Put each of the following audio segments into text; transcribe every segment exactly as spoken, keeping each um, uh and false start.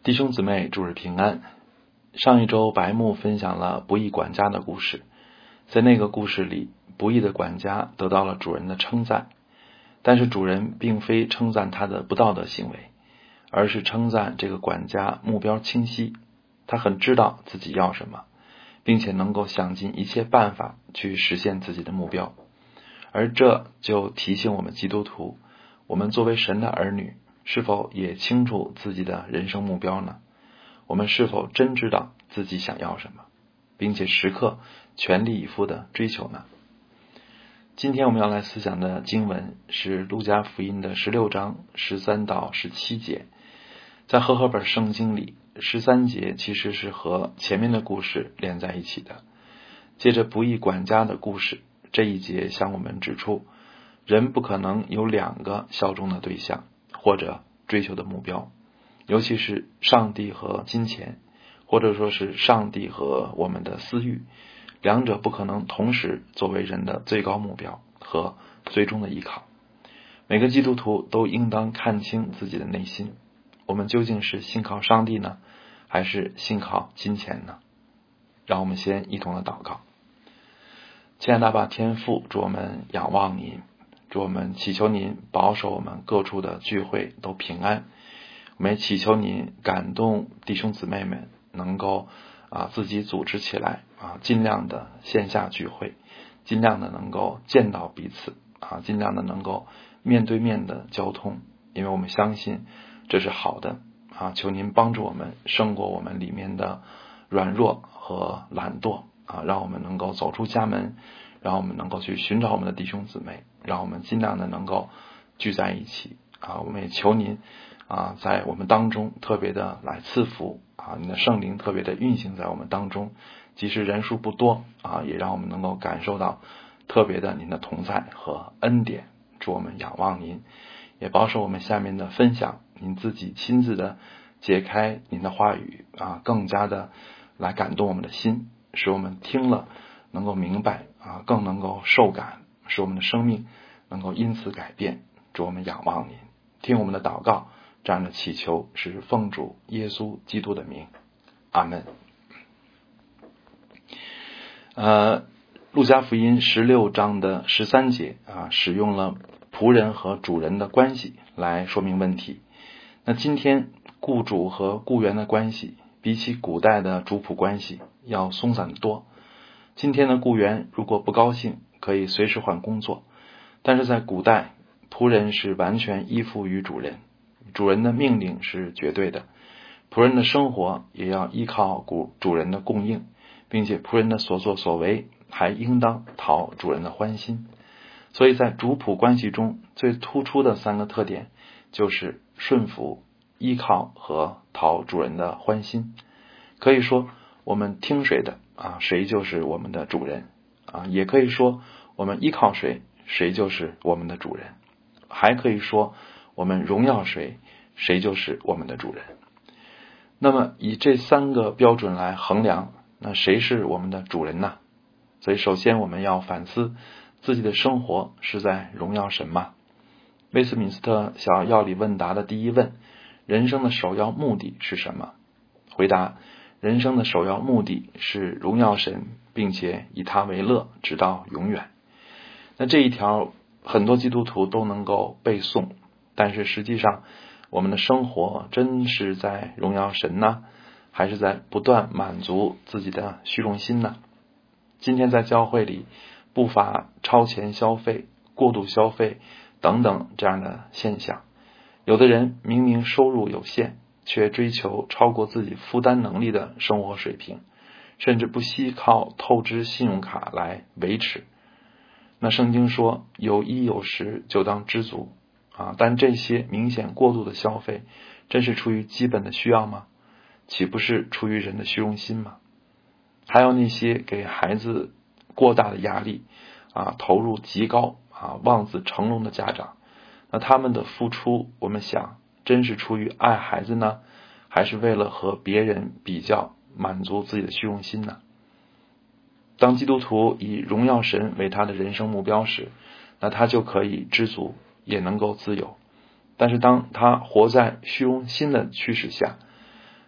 弟兄姊妹，主日平安。上一周白木分享了不义管家的故事，在那个故事里，不义的管家得到了主人的称赞，但是主人并非称赞他的不道德行为，而是称赞这个管家目标清晰，他很知道自己要什么，并且能够想尽一切办法去实现自己的目标。而这就提醒我们基督徒，我们作为神的儿女，是否也清楚自己的人生目标呢？我们是否真知道自己想要什么，并且时刻全力以赴的追求呢？今天我们要来思想的经文是路加福音的十六章十三到十七节。在和合本圣经里，十三节其实是和前面的故事连在一起的。借着不义管家的故事，这一节向我们指出，人不可能有两个效忠的对象或者追求的目标，尤其是上帝和金钱，或者说是上帝和我们的私欲，两者不可能同时作为人的最高目标和最终的依靠。每个基督徒都应当看清自己的内心，我们究竟是信靠上帝呢，还是信靠金钱呢？让我们先一同的祷告。亲爱的爸天父，主我们仰望您，主我们祈求您保守我们各处的聚会都平安，我们也祈求您感动弟兄姊妹们能够啊自己组织起来啊，尽量的线下聚会，尽量的能够见到彼此啊，尽量的能够面对面的交通，因为我们相信这是好的啊。求您帮助我们胜过我们里面的软弱和懒惰啊，让我们能够走出家门，让我们能够去寻找我们的弟兄姊妹，让我们尽量的能够聚在一起啊。我们也求您啊，在我们当中特别的来赐福啊，您的圣灵特别的运行在我们当中，即使人数不多啊，也让我们能够感受到特别的您的同在和恩典。祝我们仰望您，也保守我们下面的分享，您自己亲自的解开您的话语啊，更加的来感动我们的心，使我们听了能够明白啊，更能够受感，使我们的生命能够因此改变。祝我们仰望您，听我们的祷告，这样的祈求是奉主耶稣基督的名，阿们。呃，路加福音十六章的十三节啊，使用了仆人和主人的关系来说明问题。那今天雇主和雇员的关系比起古代的主仆关系要松散得多。今天的雇员如果不高兴，可以随时换工作，但是在古代，仆人是完全依附于主人，主人的命令是绝对的，仆人的生活也要依靠主人的供应，并且仆人的所作所为还应当讨主人的欢心。所以在主仆关系中最突出的三个特点就是顺服、依靠和讨主人的欢心。可以说我们听谁的啊，谁就是我们的主人啊，也可以说我们依靠谁，谁就是我们的主人，还可以说我们荣耀谁，谁就是我们的主人。那么以这三个标准来衡量，那谁是我们的主人呢？所以首先我们要反思自己的生活是在荣耀神吗？威斯敏斯特小要理问答的第一问，人生的首要目的是什么？回答，人生的首要目的是荣耀神，并且以他为乐，直到永远。那这一条很多基督徒都能够背诵，但是实际上我们的生活真是在荣耀神呢，还是在不断满足自己的虚荣心呢？今天在教会里不乏超前消费、过度消费等等这样的现象。有的人明明收入有限，却追求超过自己负担能力的生活水平，甚至不惜靠透支信用卡来维持。那圣经说有衣有食就当知足啊，但这些明显过度的消费真是出于基本的需要吗？岂不是出于人的虚荣心吗？还有那些给孩子过大的压力啊，投入极高啊，望子成龙的家长，那他们的付出，我们想真是出于爱孩子呢，还是为了和别人比较，满足自己的虚荣心呢？当基督徒以荣耀神为他的人生目标时，那他就可以知足，也能够自由。但是当他活在虚荣心的驱使下，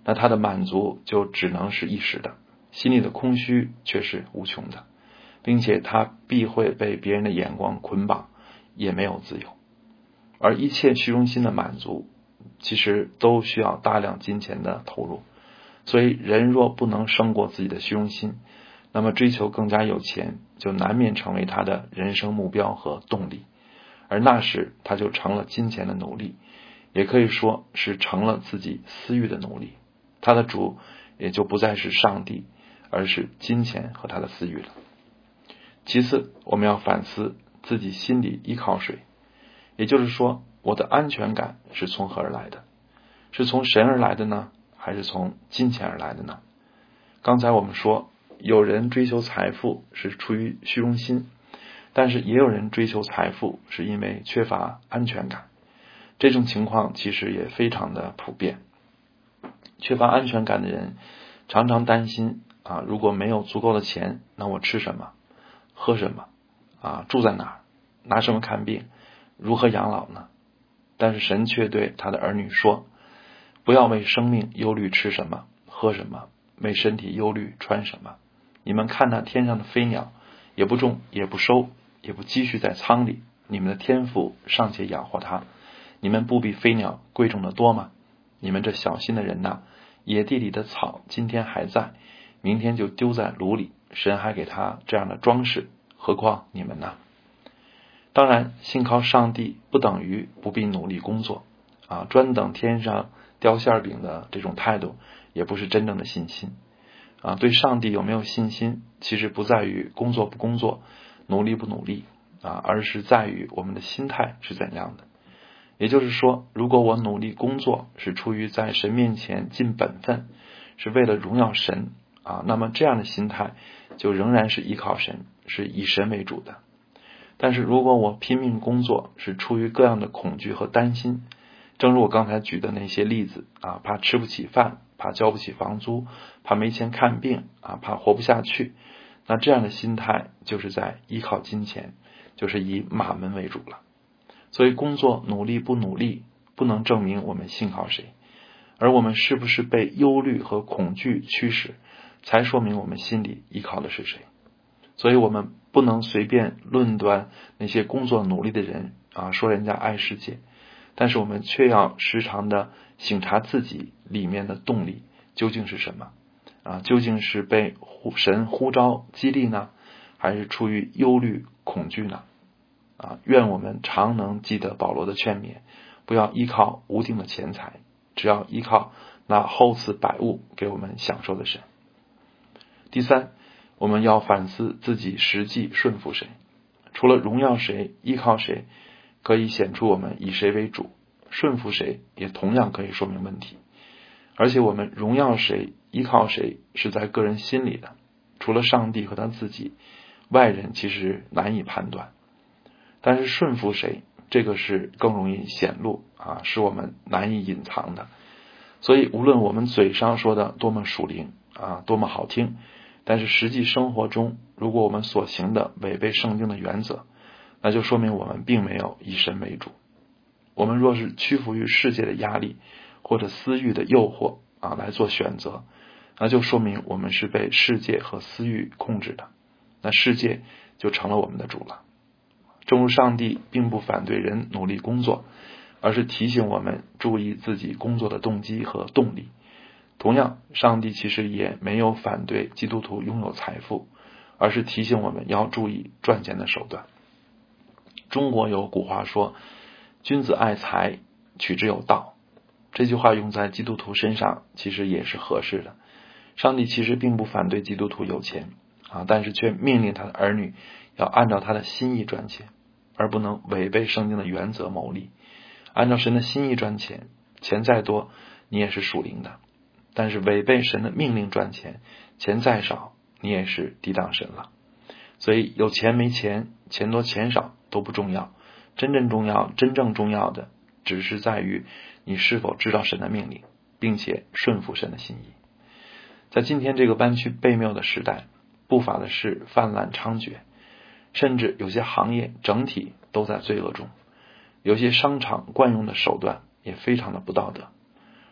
那他的满足就只能是一时的，心里的空虚却是无穷的，并且他必会被别人的眼光捆绑，也没有自由。而一切虚荣心的满足其实都需要大量金钱的投入，所以人若不能胜过自己的虚荣心，那么追求更加有钱就难免成为他的人生目标和动力，而那时他就成了金钱的奴隶，也可以说是成了自己私欲的奴隶，他的主也就不再是上帝，而是金钱和他的私欲了。其次，我们要反思自己心里依靠谁，也就是说，我的安全感是从何而来的？是从神而来的呢，还是从金钱而来的呢？刚才我们说，有人追求财富是出于虚荣心，但是也有人追求财富是因为缺乏安全感。这种情况其实也非常的普遍。缺乏安全感的人常常担心啊，如果没有足够的钱，那我吃什么？喝什么？啊，住在哪儿？拿什么看病？如何养老呢？但是神却对他的儿女说，不要为生命忧虑吃什么喝什么，为身体忧虑穿什么。你们看那天上的飞鸟，也不种也不收也不积蓄在仓里，你们的天父尚且养活它，你们不比飞鸟贵重的多吗？你们这小心的人哪，野地里的草今天还在，明天就丢在炉里，神还给他这样的装饰，何况你们呢？当然，信靠上帝不等于不必努力工作啊，专等天上掉馅饼的这种态度也不是真正的信心啊。对上帝有没有信心，其实不在于工作不工作，努力不努力啊，而是在于我们的心态是怎样的。也就是说，如果我努力工作是出于在神面前尽本分，是为了荣耀神啊，那么这样的心态就仍然是依靠神，是以神为主的。但是如果我拼命工作是出于各样的恐惧和担心，正如我刚才举的那些例子啊，怕吃不起饭，怕交不起房租，怕没钱看病啊，怕活不下去，那这样的心态就是在依靠金钱，就是以马门为主了。所以工作努力不努力不能证明我们信靠谁，而我们是不是被忧虑和恐惧驱使，才说明我们心里依靠的是谁。所以我们不能随便论断那些工作努力的人啊，说人家爱世界，但是我们却要时常的省察自己里面的动力究竟是什么啊？究竟是被神呼召激励呢，还是出于忧虑恐惧呢？啊，愿我们常能记得保罗的劝勉，不要依靠无定的钱财，只要依靠那厚赐百物给我们享受的神。第三，我们要反思自己实际顺服谁，除了荣耀谁依靠谁可以显出我们以谁为主，顺服谁也同样可以说明问题。而且我们荣耀谁依靠谁是在个人心里的，除了上帝和他自己，外人其实难以判断。但是顺服谁，这个是更容易显露啊，是我们难以隐藏的。所以无论我们嘴上说的多么属灵啊，多么好听，但是实际生活中，如果我们所行的违背圣经的原则，那就说明我们并没有以神为主。我们若是屈服于世界的压力或者私欲的诱惑啊来做选择，那就说明我们是被世界和私欲控制的，那世界就成了我们的主了。正如上帝并不反对人努力工作，而是提醒我们注意自己工作的动机和动力。同样，上帝其实也没有反对基督徒拥有财富，而是提醒我们要注意赚钱的手段。中国有古话说，君子爱财，取之有道。这句话用在基督徒身上其实也是合适的。上帝其实并不反对基督徒有钱啊，但是却命令他的儿女要按照他的心意赚钱，而不能违背圣经的原则牟利。按照神的心意赚钱，钱再多你也是属灵的，但是违背神的命令赚钱，钱再少你也是抵挡神了。所以有钱没钱，钱多钱少都不重要，真正重要真正重要的只是在于你是否知道神的命令，并且顺服神的心意。在今天这个弯曲悖谬的时代，不法的事泛滥猖獗，甚至有些行业整体都在罪恶中，有些商场惯用的手段也非常的不道德。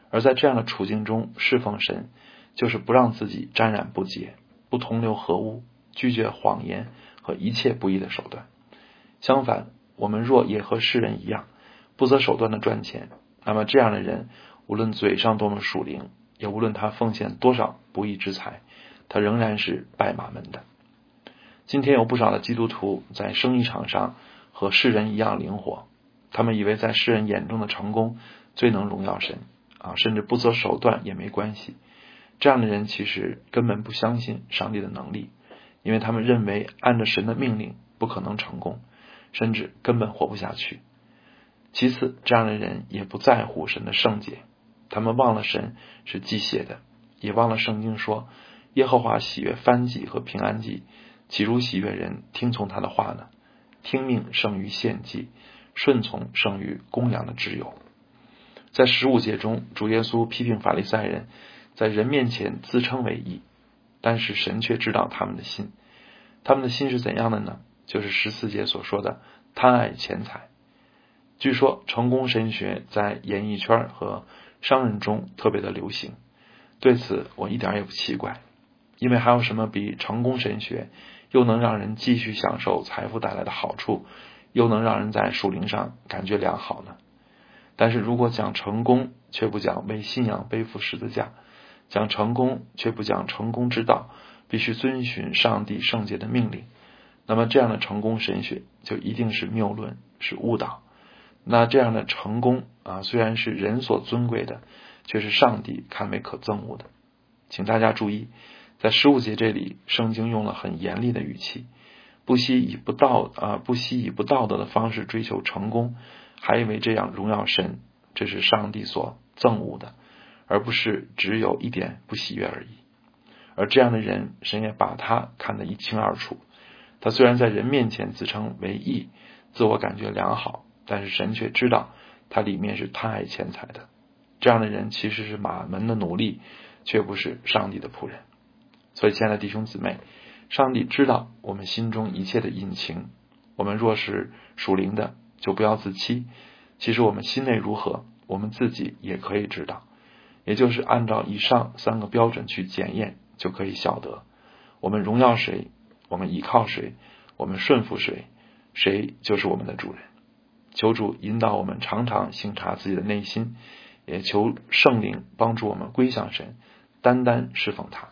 而在这样的处境中侍奉神，就是不让自己沾染不洁，不同流合污，拒绝谎言和一切不义的手段。相反，我们若也和世人一样，不择手段的赚钱，那么这样的人无论嘴上多么属灵，也无论他奉献多少不义之财，他仍然是拜马门的。今天有不少的基督徒在生意场上和世人一样灵活，他们以为在世人眼中的成功最能荣耀神啊，甚至不择手段也没关系。这样的人其实根本不相信上帝的能力，因为他们认为按着神的命令不可能成功，甚至根本活不下去。其次，这样的人也不在乎神的圣洁，他们忘了神是忌邪的，也忘了圣经说耶和华喜悦燔祭和平安祭，岂如喜悦人听从他的话呢？听命胜于献祭，顺从胜于公羊的脂油。在十五节中，主耶稣批评法利赛人在人面前自称为义，但是神却知道他们的心。他们的心是怎样的呢？就是十四节所说的贪爱钱财。据说成功神学在演艺圈和商人中特别的流行，对此我一点也不奇怪，因为还有什么比成功神学又能让人继续享受财富带来的好处，又能让人在属灵上感觉良好呢？但是如果讲成功，却不讲为信仰背负十字架，讲成功却不讲成功之道，必须遵循上帝圣洁的命令，那么这样的成功神学就一定是谬论，是误导。那这样的成功啊，虽然是人所尊贵的，却是上帝看为可憎恶的。请大家注意，在十五节这里，圣经用了很严厉的语气，不惜以不道啊，不惜以不道德的方式追求成功，还以为这样荣耀神，这是上帝所憎恶的，而不是只有一点不喜悦而已。而这样的人，神也把他看得一清二楚。他虽然在人面前自称为义，自我感觉良好，但是神却知道他里面是贪爱钱财的。这样的人其实是马门的奴隶，却不是上帝的仆人。所以亲爱的弟兄姊妹，上帝知道我们心中一切的隐情，我们若是属灵的，就不要自欺。其实我们心内如何，我们自己也可以知道，也就是按照以上三个标准去检验，就可以晓得我们荣耀谁，我们依靠谁，我们顺服谁，谁就是我们的主人。求主引导我们常常省察自己的内心，也求圣灵帮助我们归向神，单单侍奉他。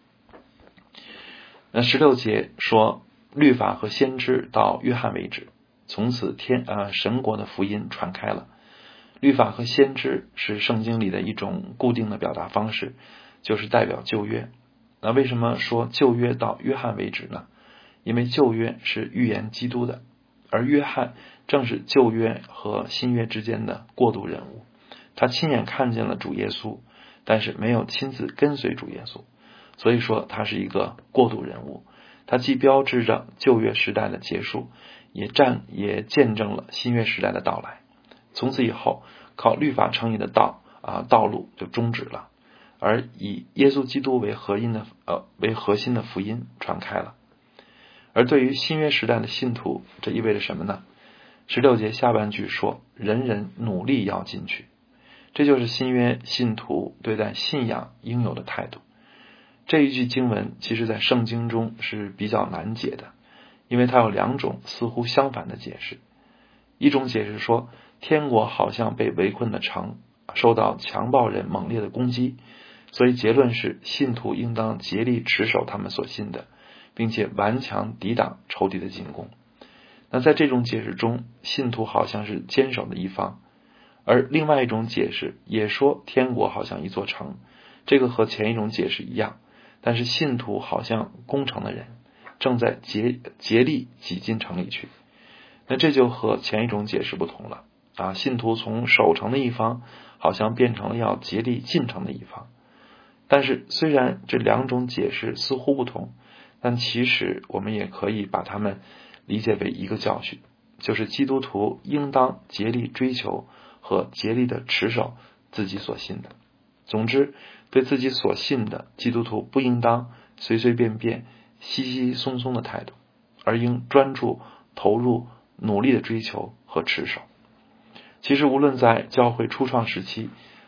那十六节说，律法和先知到约翰为止，从此天呃神国的福音传开了。律法和先知是圣经里的一种固定的表达方式，就是代表旧约。那为什么说旧约到约翰为止呢？因为旧约是预言基督的，而约翰正是旧约和新约之间的过渡人物。他亲眼看见了主耶稣，但是没有亲自跟随主耶稣，所以说他是一个过渡人物。他既标志着旧约时代的结束，也占也见证了新约时代的到来。从此以后，靠律法称义的道啊道路就终止了，而以耶稣基督为核心的呃为核心的福音传开了。而对于新约时代的信徒，这意味着什么呢？十六节下半句说，人人努力要进去，这就是新约信徒对待信仰应有的态度。这一句经文其实在圣经中是比较难解的，因为它有两种似乎相反的解释。一种解释说，天国好像被围困的城，受到强暴人猛烈的攻击，所以结论是信徒应当竭力持守他们所信的，并且顽强抵挡仇敌的进攻。那在这种解释中，信徒好像是坚守的一方。而另外一种解释也说天国好像一座城，这个和前一种解释一样，但是信徒好像攻城的人，正在竭竭力挤进城里去。那这就和前一种解释不同了啊！信徒从守城的一方，好像变成了要竭力进城的一方。但是虽然这两种解释似乎不同，但其实我们也可以把它们理解为一个教训，就是基督徒应当竭力追求和竭力的持守自己所信的。总之，对自己所信的，基督徒不应当随随便便、稀稀松松的态度，而应专注、投入、努力的追求和持守。其实无论在教会初创时期，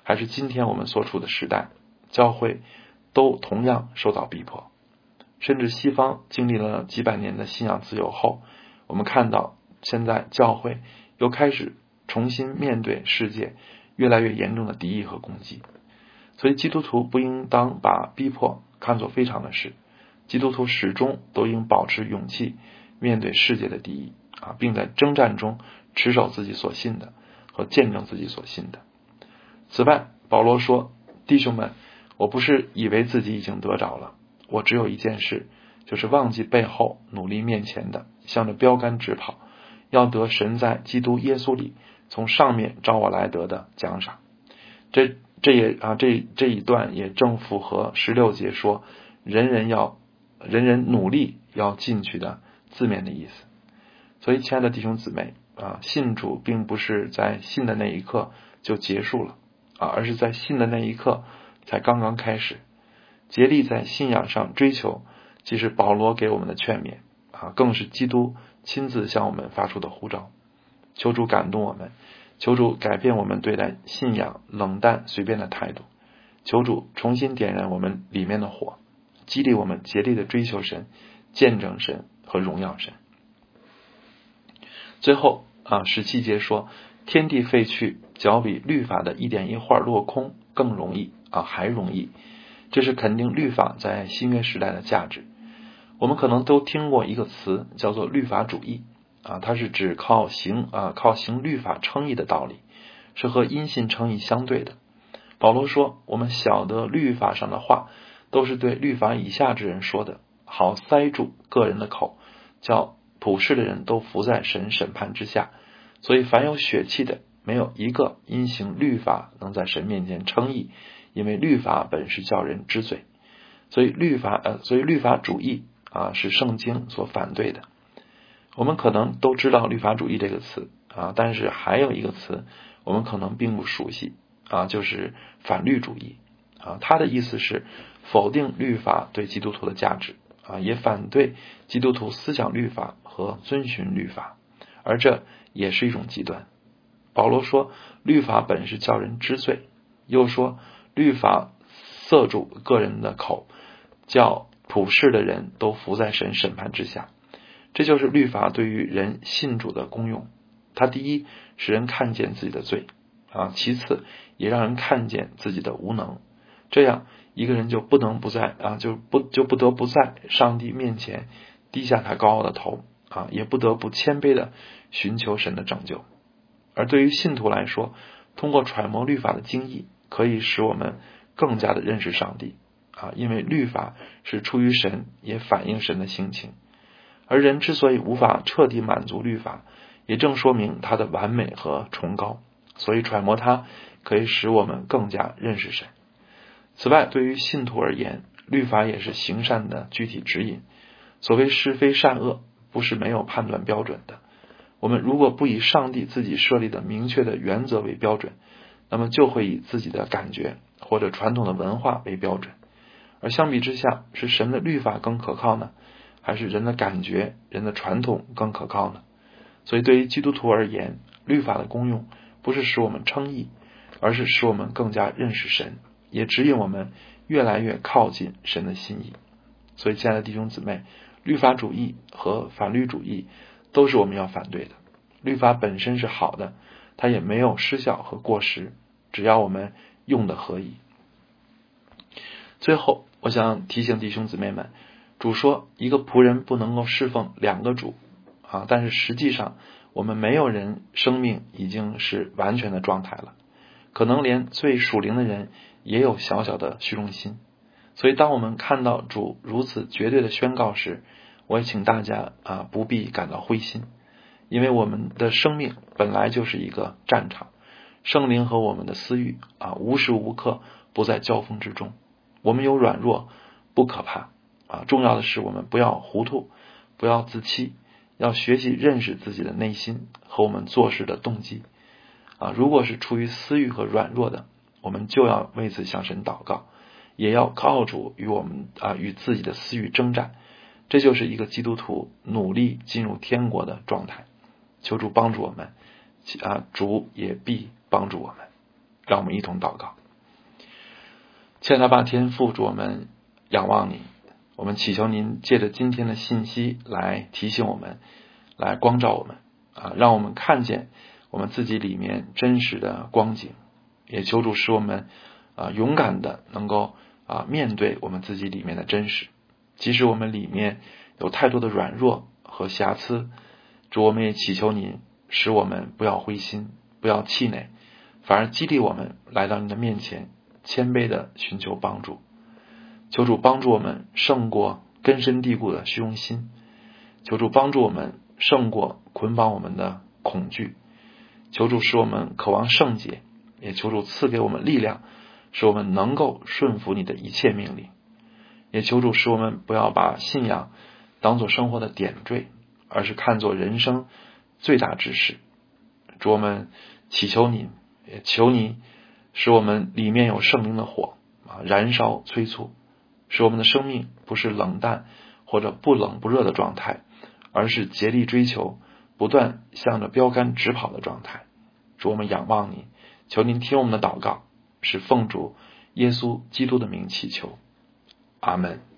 还是今天我们所处的时代，教会都同样受到逼迫。甚至西方经历了几百年的信仰自由后，我们看到现在教会又开始重新面对世界越来越严重的敌意和攻击。所以基督徒不应当把逼迫看作非常的事，基督徒始终都应保持勇气面对世界的敌意啊，并在征战中持守自己所信的和见证自己所信的。此外，保罗说，弟兄们，我不是以为自己已经得着了，我只有一件事，就是忘记背后，努力面前的，向着标杆直跑，要得神在基督耶稣里从上面召我来得的奖赏。这这也啊这这一段也正符合十六节说人人要人人努力要进去的字面的意思。所以亲爱的弟兄姊妹啊，信主并不是在信的那一刻就结束了啊，而是在信的那一刻才刚刚开始。竭力在信仰上追求，既是保罗给我们的劝勉啊，更是基督亲自向我们发出的呼召。求主感动我们，求主改变我们对待信仰冷淡随便的态度，求主重新点燃我们里面的火，激励我们竭力的追求神，见证神和荣耀神。最后啊，十七节说，天地废去，脚比律法的一点一画落空更容易啊，还容易。这是肯定律法在新约时代的价值。我们可能都听过一个词叫做律法主义啊，它是指靠行啊靠行律法称义的道理，是和因信称义相对的。保罗说，我们晓得律法上的话都是对律法以下之人说的，好塞住个人的口，叫普世的人都伏在神审判之下。所以凡有血气的，没有一个因行律法能在神面前称义，因为律法本是叫人知罪。所以律法呃，所以律法主义啊是圣经所反对的。我们可能都知道律法主义这个词啊，但是还有一个词我们可能并不熟悉啊，就是反律主义啊。它的意思是否定律法对基督徒的价值啊，也反对基督徒思想律法和遵循律法，而这也是一种极端。保罗说，律法本是叫人知罪，又说律法塞住个人的口，叫普世的人都伏在神审判之下。这就是律法对于人信主的功用。它第一使人看见自己的罪啊，其次也让人看见自己的无能。这样一个人就不能不在啊，就不就不得不在上帝面前低下他高傲的头啊，也不得不谦卑的寻求神的拯救。而对于信徒来说，通过揣摩律法的精义，可以使我们更加的认识上帝啊，因为律法是出于神，也反映神的性情。而人之所以无法彻底满足律法，也正说明它的完美和崇高，所以揣摩它可以使我们更加认识神。此外，对于信徒而言，律法也是行善的具体指引。所谓是非善恶，不是没有判断标准的。我们如果不以上帝自己设立的明确的原则为标准，那么就会以自己的感觉或者传统的文化为标准。而相比之下，是神的律法更可靠呢，还是人的感觉、人的传统更可靠呢？所以对于基督徒而言，律法的功用不是使我们称义，而是使我们更加认识神，也指引我们越来越靠近神的心意。所以亲爱的弟兄姊妹，律法主义和反律主义都是我们要反对的。律法本身是好的，它也没有失效和过时，只要我们用的合宜。最后我想提醒弟兄姊妹们，主说一个仆人不能够侍奉两个主啊，但是实际上我们没有人生命已经是完全的状态了，可能连最属灵的人也有小小的虚荣心。所以当我们看到主如此绝对的宣告时，我也请大家啊不必感到灰心，因为我们的生命本来就是一个战场，圣灵和我们的私欲啊无时无刻不在交锋之中。我们有软弱不可怕啊，重要的是我们不要糊涂，不要自欺，要学习认识自己的内心和我们做事的动机啊。如果是出于私欲和软弱的，我们就要为此向神祷告，也要靠主与我们啊与自己的私欲征战。这就是一个基督徒努力进入天国的状态。求主帮助我们啊，主也必帮助我们。 让我们一同祷告。亲爱的爸天父，主我们仰望你，我们祈求您借着今天的信息来提醒我们，来光照我们啊，让我们看见我们自己里面真实的光景，也求主使我们啊勇敢的能够啊面对我们自己里面的真实，即使我们里面有太多的软弱和瑕疵，主我们也祈求您使我们不要灰心，不要气馁，反而激励我们来到您的面前，谦卑的寻求帮助。求主帮助我们胜过根深蒂固的虚荣心，求主帮助我们胜过捆绑我们的恐惧，求主使我们渴望圣洁，也求主赐给我们力量，使我们能够顺服你的一切命令，也求主使我们不要把信仰当作生活的点缀，而是看作人生最大之事。主我们祈求你，也求你使我们里面有圣灵的火啊，燃烧催促，使我们的生命不是冷淡或者不冷不热的状态，而是竭力追求不断向着标杆直跑的状态。主我们仰望你，求您听我们的祷告，是奉主耶稣基督的名祈求，阿们。